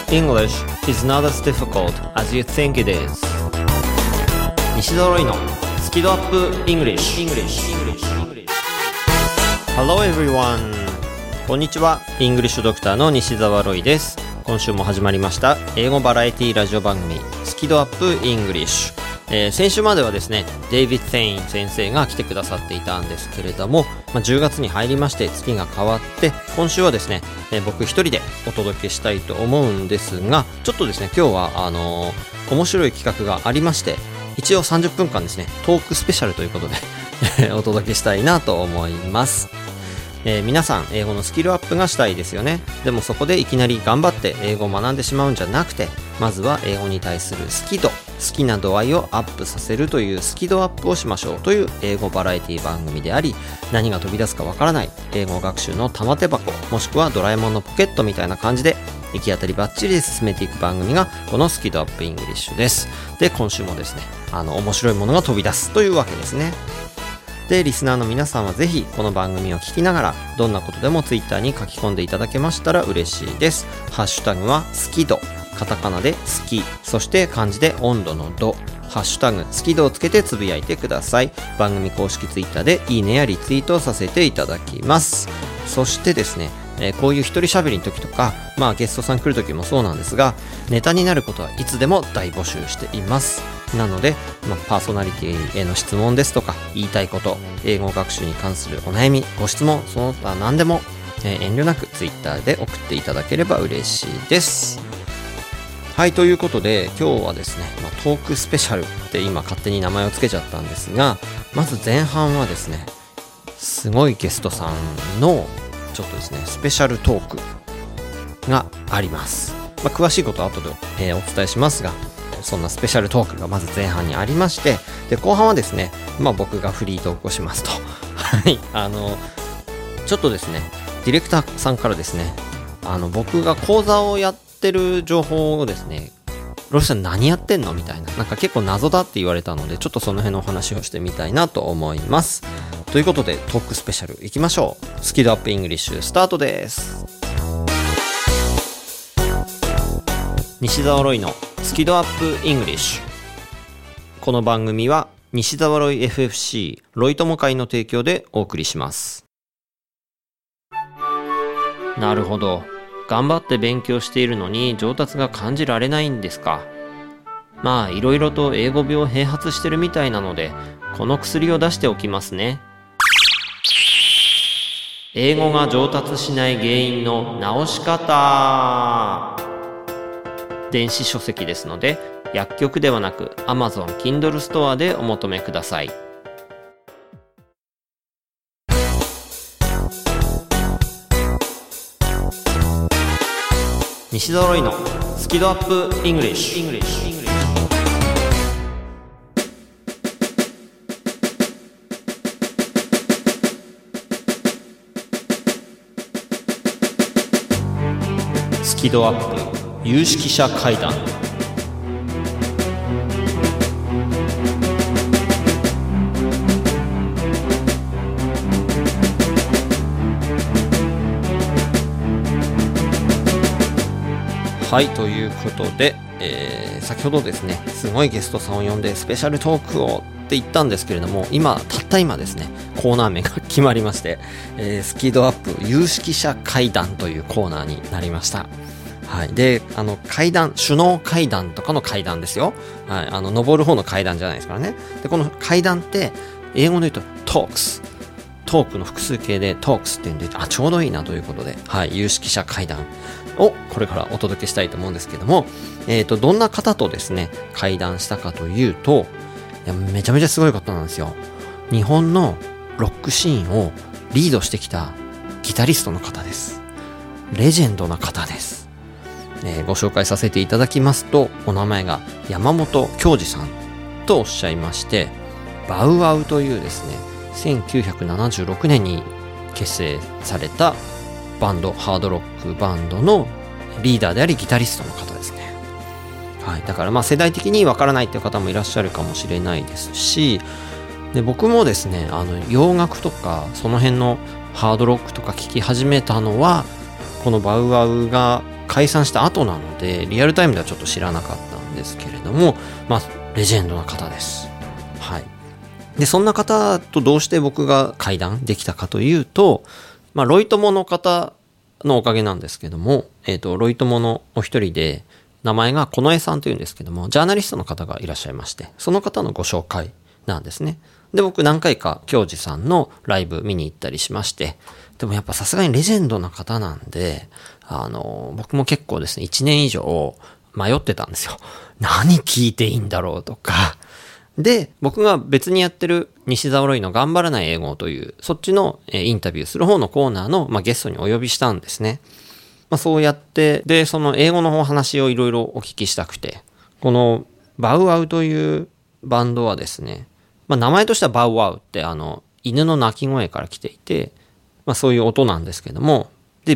English is not as difficult as you think it is. 西澤ロイのスキドアップ English. Hello everyone. こんにちは。イングリッシュドクターの西澤ロイです。今週も始まりました英語バラエティラジオ番組スキドアップ English。先週まではですねデイビッド・セイン先生が来てくださっていたんですけれども、10月に入りまして月が変わって今週はですね、僕一人でお届けしたいと思うんですが、ちょっとですね今日は面白い企画がありまして、一応30分間ですねトークスペシャルということでお届けしたいなと思います。皆さん英語のスキルアップがしたいですよね。でもそこでいきなり頑張って英語を学んでしまうんじゃなくて、まずは英語に対する好きな度合いをアップさせるというスキドアップをしましょうという英語バラエティ番組であり、何が飛び出すかわからない英語学習の玉手箱、もしくはドラえもんのポケットみたいな感じで行き当たりばっちりで進めていく番組がこのスキドアップイングリッシュです。で、今週もですね面白いものが飛び出すというわけですね。で、リスナーの皆さんはぜひこの番組を聞きながらどんなことでもツイッターに書き込んでいただけましたら嬉しいです。ハッシュタグはスキド、カタカナで好き、そして漢字で温度の度、ハッシュタグスキドをつけてつぶやいてください。番組公式ツイッターでいいねやリツイートをさせていただきます。そしてですね、こういう一人喋りの時とか、ゲストさん来る時もそうなんですが、ネタになることはいつでも大募集しています。なので、パーソナリティへの質問ですとか、言いたいこと、英語学習に関するお悩み、ご質問、その他何でも、遠慮なくツイッターで送っていただければ嬉しいです。はい、ということで今日はですね、トークスペシャルって今勝手に名前をつけちゃったんですが、まず前半はですね、すごいゲストさんのちょっとですねスペシャルトークがあります。詳しいことは後で、お伝えしますが、そんなスペシャルトークがまず前半にありまして、で後半はですね、僕がフリートークをしますとはい、ちょっとですねディレクターさんからですね、僕が講座をやってる情報をですね、ロイさん何やってんのみたいな、結構謎だって言われたので、ちょっとその辺のお話をしてみたいなと思います。ということでトークスペシャルいきましょう。スキドアップイングリッシュスタートです。西澤ロイのスキドアップイングリッシュ。この番組は西澤ロイ FFC ロイ友会の提供でお送りします。なるほど、頑張って勉強しているのに上達が感じられないんですか。いろいろと英語病併発してるみたいなので、この薬を出しておきますね。英語が上達しない原因の治し方。電子書籍ですので、薬局ではなく Amazon Kindle ストアでお求めください。西澤ロイのスキドアップイングリッシュ。スキドアップ有識者会談。はい、ということで、先ほどですねすごいゲストさんを呼んでスペシャルトークをって言ったんですけれども、たった今ですねコーナー名が決まりまして、スキドアップ有識者会談というコーナーになりました。はい、で会談、首脳会談とかの会談ですよ。はい、登る方の会談じゃないですからね。でこの会談って英語で言うとトークの複数形でトークスっていうんで、ちょうどいいなということで、はい、有識者会談をこれからお届けしたいと思うんですけども、どんな方とですね会談したかというと、めちゃめちゃすごいことなんですよ。日本のロックシーンをリードしてきたギタリストの方です。レジェンドな方です。ご紹介させていただきますと、お名前が山本恭二さんとおっしゃいまして、バウアウというですね1976年に結成されたバンド、ハードロックバンドのリーダーでありギタリストの方ですね。はい、だから世代的にわからないっていう方もいらっしゃるかもしれないですし、で僕もですね洋楽とかその辺のハードロックとか聴き始めたのはこのバウアウが解散した後なのでリアルタイムではちょっと知らなかったんですけれども、レジェンドな方です。はい。でそんな方とどうして僕が会談できたかというと、ロイ友の方のおかげなんですけども、ロイ友のお一人で名前が近衛さんというんですけども、ジャーナリストの方がいらっしゃいまして、その方のご紹介なんですね。で僕何回か京二さんのライブ見に行ったりしまして、でもやっぱさすがにレジェンドな方なんで、僕も結構ですね1年以上迷ってたんですよ。何聞いていいんだろうとか。で僕が別にやってる西澤ロイの頑張らない英語というそっちのインタビューする方のコーナーの、ゲストにお呼びしたんですね。そうやってでその英語のお話をいろいろお聞きしたくて、このバウアウというバンドはですね、名前としてはバウアウって犬の鳴き声から来ていて、そういう音なんですけども、で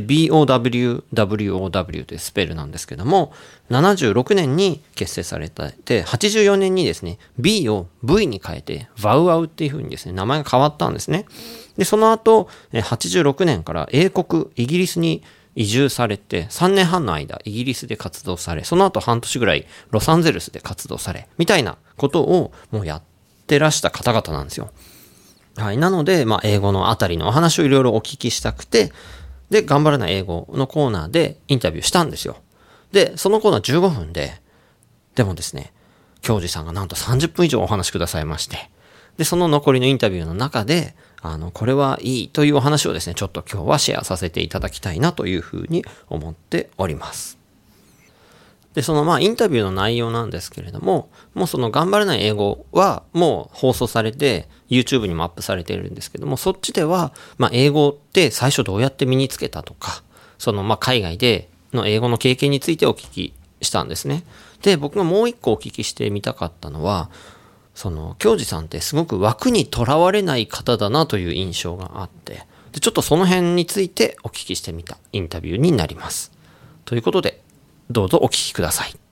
BOWWOW というスペルなんですけども、76年に結成されて84年にですね B を V に変えてバウアウっていう風にですね名前が変わったんですね。でその後86年から英国イギリスに移住されて3年半の間イギリスで活動され、その後半年ぐらいロサンゼルスで活動されみたいなことをもうやってらした方々なんですよ。はい。なので、英語のあたりのお話をいろいろお聞きしたくて、で、頑張らない英語のコーナーでインタビューしたんですよ。で、そのコーナー15分で、でもですね、京二さんがなんと30分以上お話しくださいまして、で、その残りのインタビューの中で、これはいいというお話をですね、ちょっと今日はシェアさせていただきたいなというふうに思っております。で、そのインタビューの内容なんですけれども、もうその頑張れない英語はもう放送されて YouTube にもアップされているんですけども、そっちでは英語って最初どうやって身につけたとか、その海外での英語の経験についてお聞きしたんですね。で、僕がもう一個お聞きしてみたかったのは、その京二さんってすごく枠にとらわれない方だなという印象があって、でちょっとその辺についてお聞きしてみたインタビューになります。ということで、どうぞお聞きください。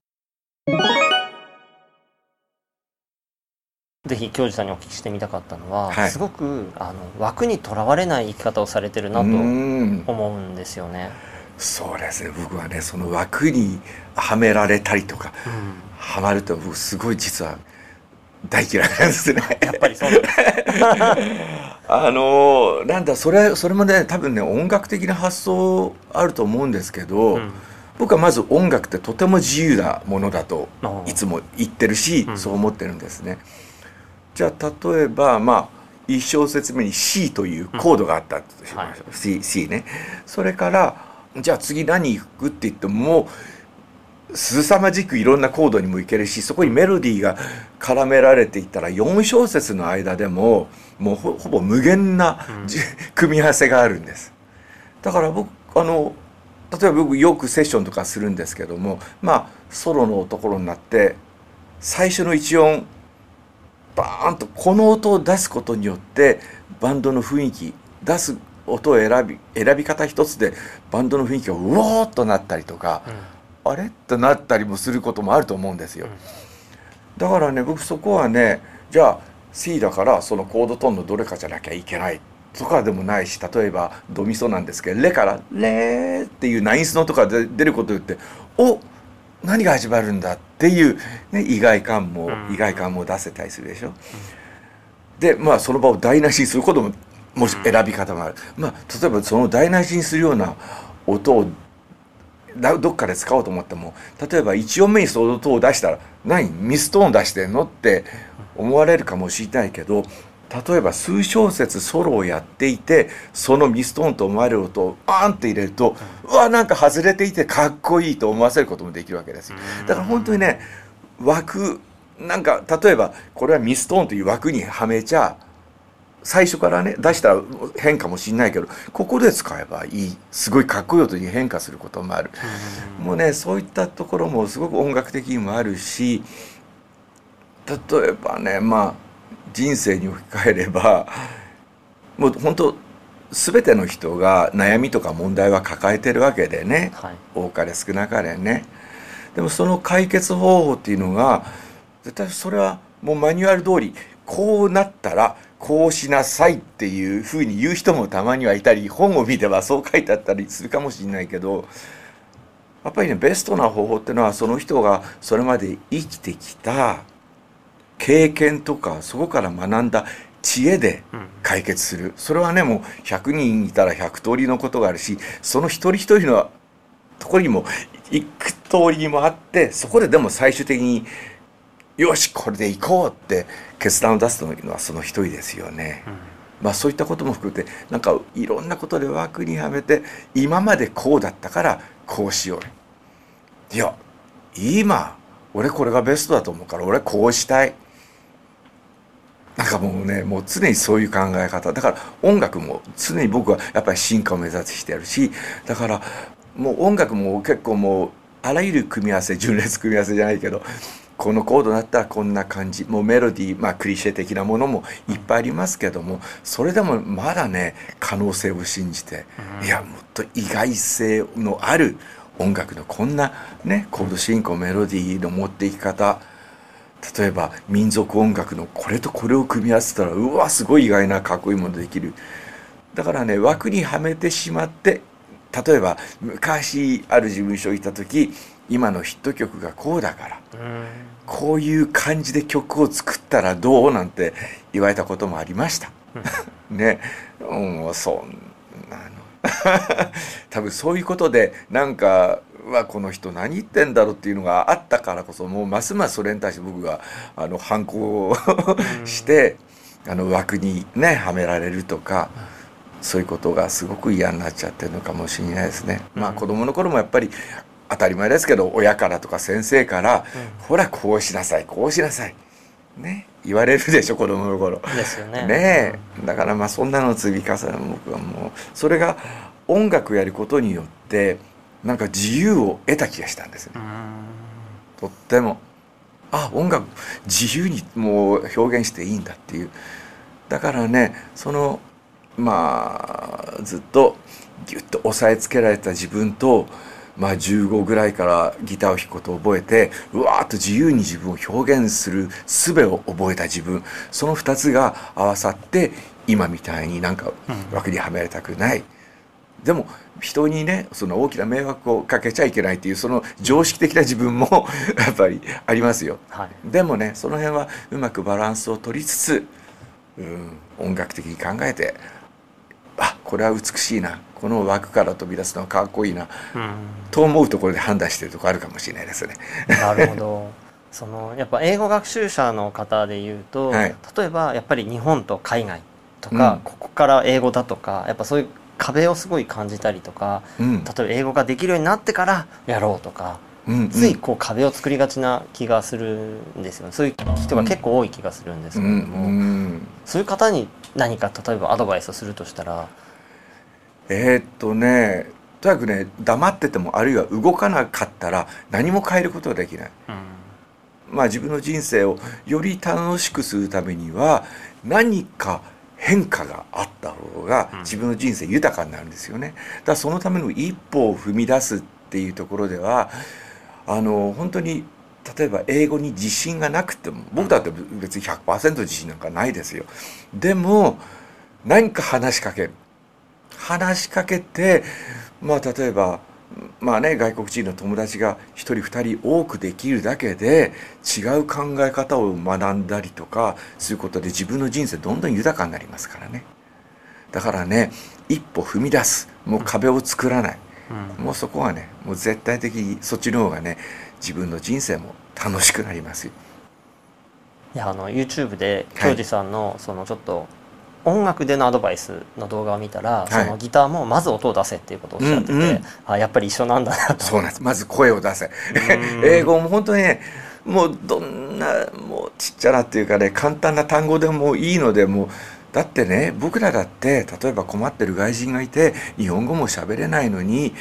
ぜひ京二さんにお聞きしてみたかったのは、すごく枠にとらわれない生き方をされてるなと思うんですよね。 そうですね。僕はね、その枠にはめられたりとか、はまると僕すごい実は大嫌いなんですね。 やっぱりそうなんですなんだそれもね、多分ね音楽的な発想あると思うんですけど、僕はまず音楽ってとても自由なものだといつも言ってるし、そう思ってるんですね。じゃあ例えば1小節目に C というコードがあったとしましょう。C ね。それからじゃあ次何行くって言っても凄まじくいろんなコードにもいけるし、そこにメロディーが絡められていったら4小節の間でももうほぼ無限な、組み合わせがあるんです。だから僕例えば僕よくセッションとかするんですけども、ソロのところになって最初の1音バーンとこの音を出すことによってバンドの雰囲気、出す音を選び方一つでバンドの雰囲気がうおーっとなったりとか、あれとなったりもすることもあると思うんですよ。だからね、僕そこはね、じゃあ C だからそのコードトーンのどれかじゃなきゃいけないとかでもないし、例えばドミソなんですけどレからレーっていうナインスの音が出ることによって、お、何が始まるんだっていう、ね、意外感も出せたりするでしょ。でその場を台無しにすることももし選び方もある。例えばその台無しにするような音をどっかで使おうと思っても、例えば1音目にその音を出したら何ミストーン出してんのって思われるかもしれないけど、例えば数小節ソロをやっていてそのミストーンと思われる音をバーンって入れると、なんか外れていてかっこいいと思わせることもできるわけですよ。だから本当にね、枠なんか例えばこれはミストーンという枠にはめちゃ最初からね出したら変かもしれないけど、ここで使えばいい、すごいかっこいい音に変化することもある。もうね、そういったところもすごく音楽的にもあるし、例えばね人生に置き換えればもう本当全ての人が悩みとか問題は抱えてるわけでね、多かれ少なかれね。でもその解決方法っていうのが絶対それはもうマニュアル通りこうなったらこうしなさいっていうふうに言う人もたまにはいたり、本を見てはそう書いてあったりするかもしれないけど、 やっぱりねベストな方法っていうのはその人がそれまで生きてきた経験とかそこから学んだ知恵で解決する、それはねもう100人いたら100通りのことがあるし、その一人一人のところにも行く通りもあって、そこででも最終的によしこれで行こうって決断を出すのはその一人ですよね。まあそういったことも含めてなんかいろんなことで枠にはめて、今までこうだったからこうしよう、いや今俺これがベストだと思うから俺こうしたい、なんかもうねもう常にそういう考え方だから、音楽も常に僕はやっぱり進化を目指してやるし、だからもう音楽も結構もうあらゆる組み合わせ、順列組み合わせじゃないけど、このコードだったらこんな感じ、もうメロディー、まあクリシェ的なものもいっぱいありますけども、それでもまだね可能性を信じて、いやもっと意外性のある音楽のこんなねコード進行メロディーの持っていき方、例えば民族音楽のこれとこれを組み合わせたらうわすごい意外なかっこいいものできる。だからね枠にはめてしまって、例えば昔ある事務所にいた時、今のヒット曲がこうだからこういう感じで曲を作ったらどうなんて言われたこともありましたね、そんなの多分そういうことでなんかこの人何言ってんだろうっていうのがあったからこそ、もうますますそれに対して僕が反抗をして枠にねはめられるとか、そういうことがすごく嫌になっちゃってるのかもしれないですね。まあ子供の頃もやっぱり当たり前ですけど親からとか先生から、ほらこうしなさいこうしなさいね言われるでしょ子供の頃ですよね。 ねえ、だからまあそんなの積み重ね、僕はもうそれが音楽をやることによってなんか自由を得た気がしたんですね。とっても音楽自由にもう表現していいんだっていう。だからねまあずっとギュッと押さえつけられた自分と、まあ15ぐらいからギターを弾くことを覚えてうわーっと自由に自分を表現する術を覚えた自分、その2つが合わさって今みたいになんか枠にはめられたくない、でも人にねその大きな迷惑をかけちゃいけないっていうその常識的な自分もやっぱりありますよ、でもねその辺はうまくバランスを取りつつ、音楽的に考えてこれは美しいな、この枠から飛び出すのはかっこいいな、と思うところで判断しているところあるかもしれないですね。 なるほど。やっぱ英語学習者の方でいうと、例えばやっぱり日本と海外とか、ここから英語だとかやっぱそういう壁をすごい感じたりとか、例えば英語ができるようになってからやろうとか、ついこう壁を作りがちな気がするんですよね。そういう人が結構多い気がするんですけれども、そういう方に何か例えばアドバイスをするとしたら、 とにかくね黙っててもあるいは動かなかったら何も変えることができない、まあ自分の人生をより楽しくするためには何か変化があった方が自分の人生豊かになるんですよね。だからそのための一歩を踏み出すっていうところでは本当に例えば英語に自信がなくても、僕だって別に 100% 自信なんかないですよ。でも何か話しかけて、まあ例えば外国人の友達が一人二人多くできるだけで違う考え方を学んだりとかすることで自分の人生どんどん豊かになりますからね。だからね一歩踏み出す、もう壁を作らない、もうそこはねもう絶対的にそっちの方がね自分の人生も楽しくなりますよ。 いやYouTube で京二さんのそのちょっと音楽でのアドバイスの動画を見たら、そのギターもまず音を出せっていうことをおっしゃってて、やっぱり一緒なんだなと。 そうなんです。まず声を出せ。英語も本当にねもうどんなもうちっちゃなっていうかね簡単な単語でもいいので、もうだってね僕らだって例えば困ってる外人がいて日本語も喋れないのに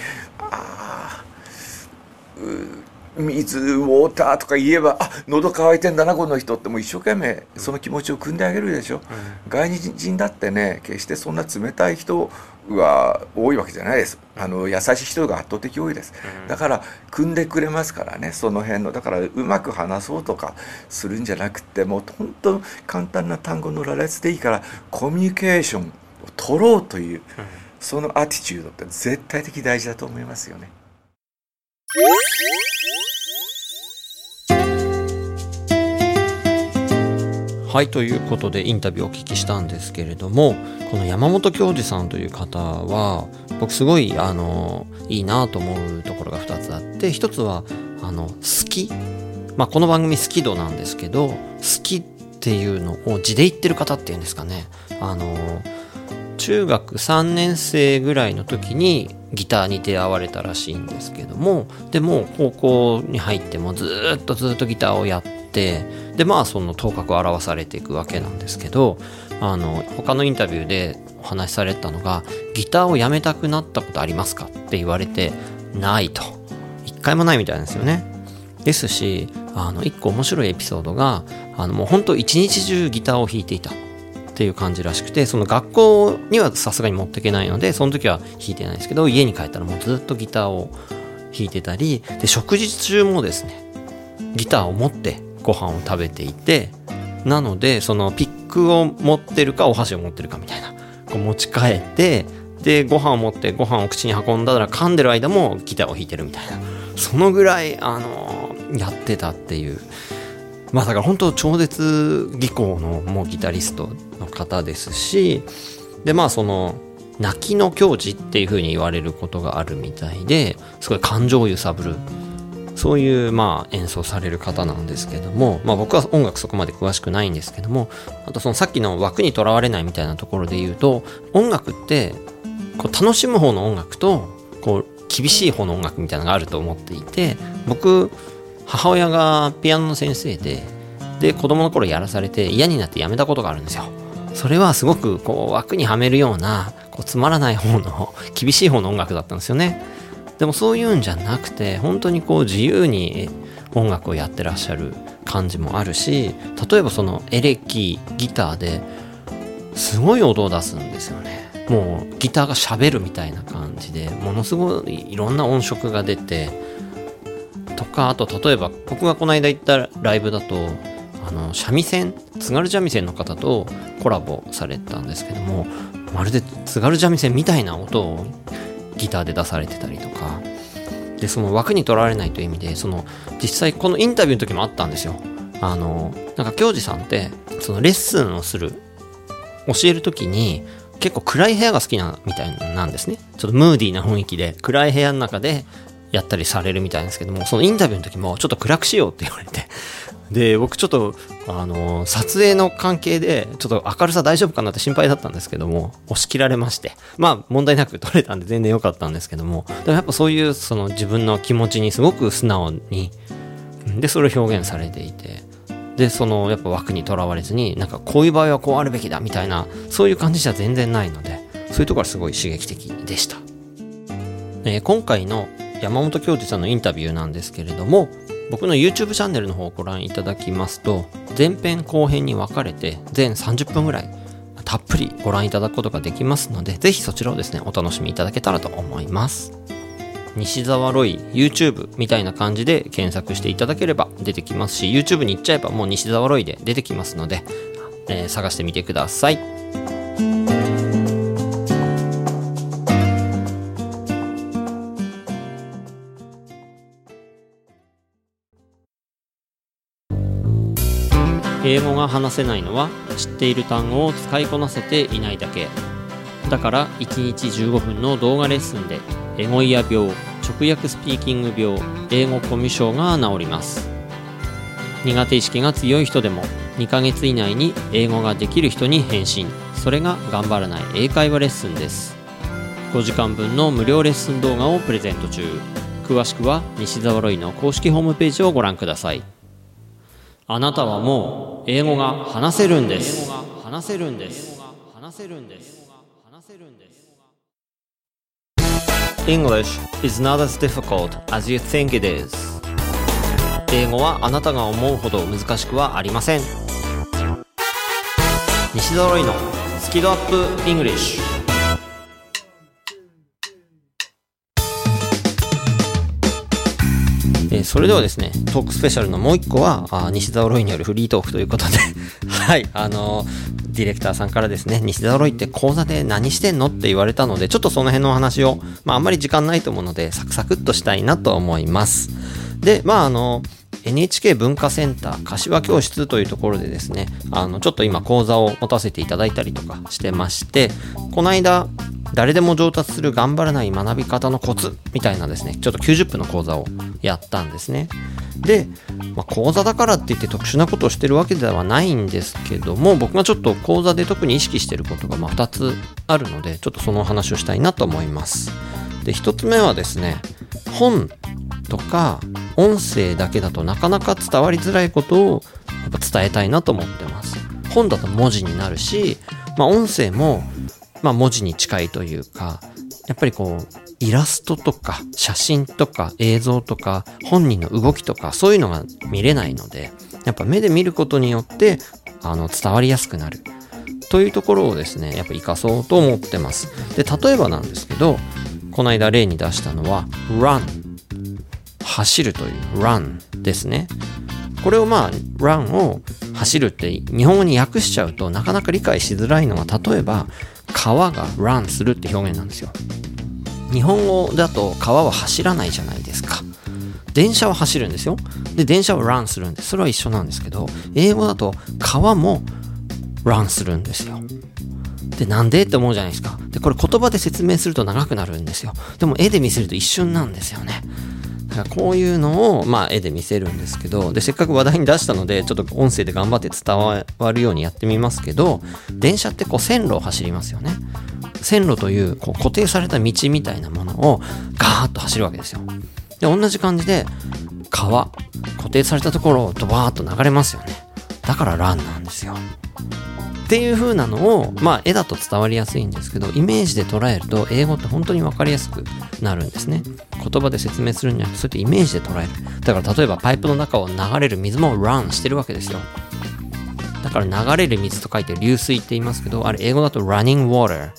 水ウォーターとか言えば喉乾いてんだなこの人ってもう一生懸命その気持ちを汲んであげるでしょ、外人だってね決してそんな冷たい人が多いわけじゃないです。優しい人が圧倒的多いです。だから汲んでくれますからね、その辺の。だからうまく話そうとかするんじゃなくて、もう本当簡単な単語の羅列でいいからコミュニケーションを取ろうという、そのアティチュードって絶対的大事だと思いますよね。 はい、ということでインタビューをお聞きしたんですけれども、この山本恭二さんという方は僕すごいいいなと思うところが2つあって、1つは好き、この番組好き度なんですけど、好きっていうのを字で言ってる方っていうんですかね、中学3年生ぐらいの時にギターに出会われたらしいんですけども、でも高校に入ってもずっとギターをやって、でその頭角を現されていくわけなんですけど、他のインタビューでお話しされたのが、ギターをやめたくなったことありますかって言われて、ないと、一回もないみたいなんですよね。ですし、一個面白いエピソードが、もう本当一日中ギターを弾いていたっていう感じらしくて、その学校にはさすがに持っていけないのでその時は弾いてないんですけど、家に帰ったらもうずっとギターを弾いてたりで、食事中もですねギターを持ってご飯を食べていて、なのでそのピックを持ってるかお箸を持ってるかみたいな、こう持ち替えて、でご飯を持ってご飯を口に運んだら噛んでる間もギターを弾いてるみたいな、そのぐらいやってたっていう、だから本当超絶技巧のもうギタリストの方ですし、でその泣きの境地っていう風に言われることがあるみたいで、すごい感情を揺さぶる、そういう演奏される方なんですけども、僕は音楽そこまで詳しくないんですけども、あとそのさっきの枠にとらわれないみたいなところで言うと、音楽ってこう楽しむ方の音楽とこう厳しい方の音楽みたいなのがあると思っていて、僕母親がピアノの先生で子供の頃やらされて嫌になってやめたことがあるんですよ。それはすごくこう枠にはめるようなこうつまらない方の厳しい方の音楽だったんですよね。でもそういうんじゃなくて、本当にこう自由に音楽をやってらっしゃる感じもあるし、例えばそのエレキギターですごい音を出すんですよね。もうギターが喋るみたいな感じで、ものすごいいろんな音色が出てとか、あと例えば僕がこの間行ったライブだと三味線、津軽三味線の方とコラボされたんですけども、まるで津軽三味線みたいな音をギターで出されてたりとかで、その枠にとらわれないという意味で、その実際このインタビューの時もあったんですよ。なんか京二さんってそのレッスンをする、教える時に結構暗い部屋が好きなみたいなんですね。ちょっとムーディーな雰囲気で暗い部屋の中でやったりされるみたいなんですけども、そのインタビューの時もちょっと暗くしようって言われて、で僕ちょっと撮影の関係でちょっと明るさ大丈夫かなって心配だったんですけども、押し切られまして、問題なく撮れたんで全然良かったんですけども、でもやっぱそういうその自分の気持ちにすごく素直にでそれを表現されていて、でそのやっぱ枠にとらわれずに、なんかこういう場合はこうあるべきだみたいな、そういう感じじゃ全然ないので、そういうところはすごい刺激的でした。今回の山本恭二さんのインタビューなんですけれども、僕の YouTube チャンネルの方をご覧いただきますと、前編後編に分かれて全30分ぐらいたっぷりご覧いただくことができますので、ぜひそちらをですねお楽しみいただけたらと思います。西澤ロイ YouTube みたいな感じで検索していただければ出てきますし、 YouTube に行っちゃえばもう西澤ロイで出てきますので、探してみてください。英語が話せないのは知っている単語を使いこなせていないだけ。だから1日15分の動画レッスンでエゴイヤ病、直訳スピーキング病、英語コミュ障が治ります。苦手意識が強い人でも2ヶ月以内に英語ができる人に変身。それが頑張らない英会話レッスンです。5時間分の無料レッスン動画をプレゼント中。詳しくは西澤ロイの公式ホームページをご覧ください。あなたはもう英語が話せるんです。話せるんです。話せるんです。話せるんです。English is not as difficult as you think it is. 英語はあなたが思うほど難しくはありません。西澤ロイのスキドアップ English。それではですね、トークスペシャルのもう一個は西澤ロイによるフリートークということではい、デディレクターさんからですね、西澤ロイって講座で何してんのって言われたので、ちょっとその辺のお話を、あんまり時間ないと思うのでサクサクっとしたいなと思います。で、NHK 文化センター柏教室というところでですね、ちょっと今講座を持たせていただいたりとかしてまして、この間誰でも上達する頑張らない学び方のコツみたいなですね、ちょっと90分の講座をやったんですね。で、講座だからって言って特殊なことをしてるわけではないんですけども、僕がちょっと講座で特に意識してることが2つあるので、ちょっとそのお話をしたいなと思います。で、1つ目はですね、本とか音声だけだとなかなか伝わりづらいことをやっぱ伝えたいなと思ってます。本だと文字になるし、音声も文字に近いというか、やっぱりイラストとか写真とか映像とか本人の動きとかそういうのが見れないので、やっぱ目で見ることによって伝わりやすくなるというところをですね、やっぱ活かそうと思ってます。で、例えばなんですけど、この間例に出したのは run、 走るという run ですね。これをrun を走るって日本語に訳しちゃうとなかなか理解しづらいのは、例えば川が run するって表現なんですよ。日本語だと川は走らないじゃないですか。電車は走るんですよ。で、電車は run するんです。それは一緒なんですけど、英語だと川も run するんですよ。で、なんでって思うじゃないですか。で、これ言葉で説明すると長くなるんですよ。でも絵で見せると一瞬なんですよね。だからこういうのを絵で見せるんですけど、で、せっかく話題に出したのでちょっと音声で頑張って伝わるようにやってみますけど、電車って線路を走りますよね。線路という固定された道みたいなものをガーッと走るわけですよ。で、同じ感じで川、固定されたところをドバーッと流れますよね。だからランなんですよ。っていう風なのを絵だと伝わりやすいんですけど、イメージで捉えると英語って本当に分かりやすくなるんですね。言葉で説明するんじゃなくて、そうやってイメージで捉える。だから例えばパイプの中を流れる水も run してるわけですよ。だから流れる水と書いて流水って言いますけど、あれ英語だと running water、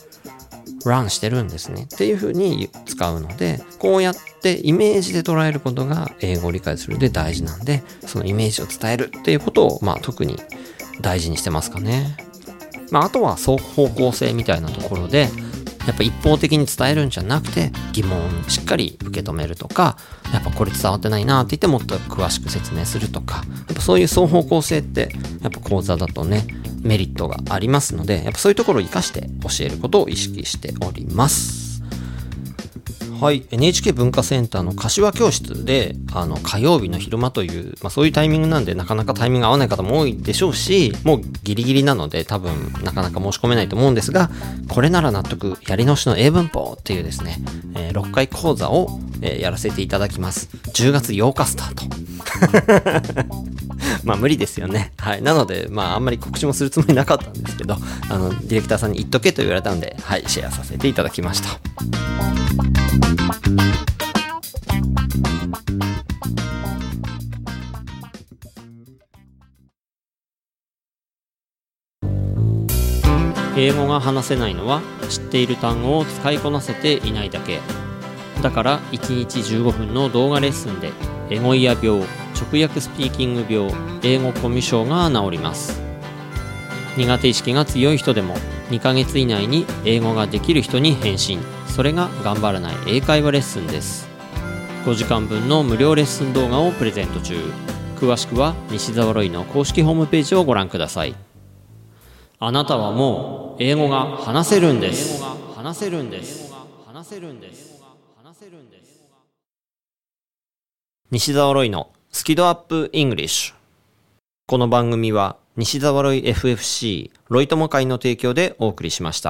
run してるんですねっていう風に使うので、こうやってイメージで捉えることが英語を理解するで大事なんで、そのイメージを伝えるっていうことを特に大事にしてますかね。あとは双方向性みたいなところで、やっぱ一方的に伝えるんじゃなくて疑問をしっかり受け止めるとか、やっぱこれ伝わってないなって言ってもっと詳しく説明するとか、やっぱそういう双方向性ってやっぱ講座だとねメリットがありますので、やっぱそういうところを生かして教えることを意識しております。はい、NHK 文化センターの柏教室で火曜日の昼間という、そういうタイミングなんでなかなかタイミング合わない方も多いでしょうし、もうギリギリなので多分なかなか申し込めないと思うんですが、これなら納得やり直しの英文法っていうですね、6回講座を、やらせていただきます。10月8日スタート無理ですよね。はい。なので、あんまり告知もするつもりなかったんですけど、ディレクターさんに言っとけと言われたので、はい、シェアさせていただきました。英語が話せないのは知っている単語を使いこなせていないだけ。だから1日15分の動画レッスンでエゴイヤ病、直訳スピーキング病、英語コミュ障が治ります。苦手意識が強い人でも2ヶ月以内に英語ができる人に変身。それが頑張らない英会話レッスンです。5時間分の無料レッスン動画をプレゼント中。詳しくは西澤ロイの公式ホームページをご覧ください。あなたはもう英語が話せるんです。話せるんです。話せるんです。話せるんです。西澤ロイのスキドアップイングリッシュ。この番組は西澤ロイ FFC ロイ友会の提供でお送りしました。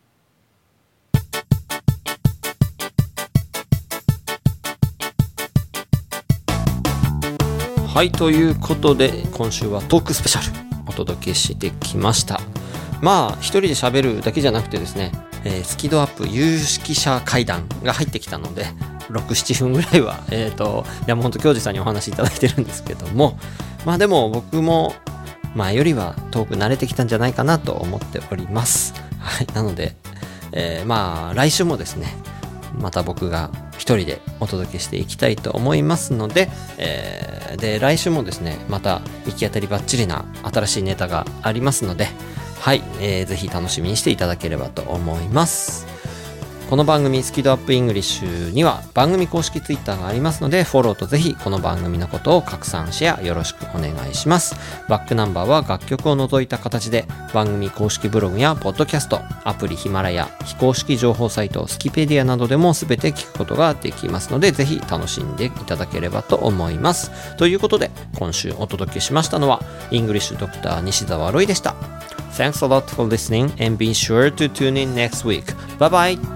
はい、ということで今週はトークスペシャルお届けしてきました。一人で喋るだけじゃなくてですね、スキドアップ有識者会談が入ってきたので 6,7 分ぐらいは山本教授さんにお話しいただいてるんですけども、でも僕も前よりはトーク慣れてきたんじゃないかなと思っております。はい、なので、来週もですねまた僕が一人でお届けしていきたいと思いますので、で来週もですねまた行き当たりばっちりな新しいネタがありますので、 はい、ぜひ楽しみにしていただければと思います。この番組スキドアップイングリッシュには番組公式ツイッターがありますので、フォローとぜひこの番組のことを拡散シェアよろしくお願いします。バックナンバーは楽曲を除いた形で番組公式ブログやポッドキャスト、アプリヒマラヤ、非公式情報サイトスキペディアなどでも全て聞くことができますので、ぜひ楽しんでいただければと思います。ということで今週お届けしましたのはイングリッシュドクター西澤ロイでした。Thanks a lot for listening and be sure to tune in next week. Bye bye!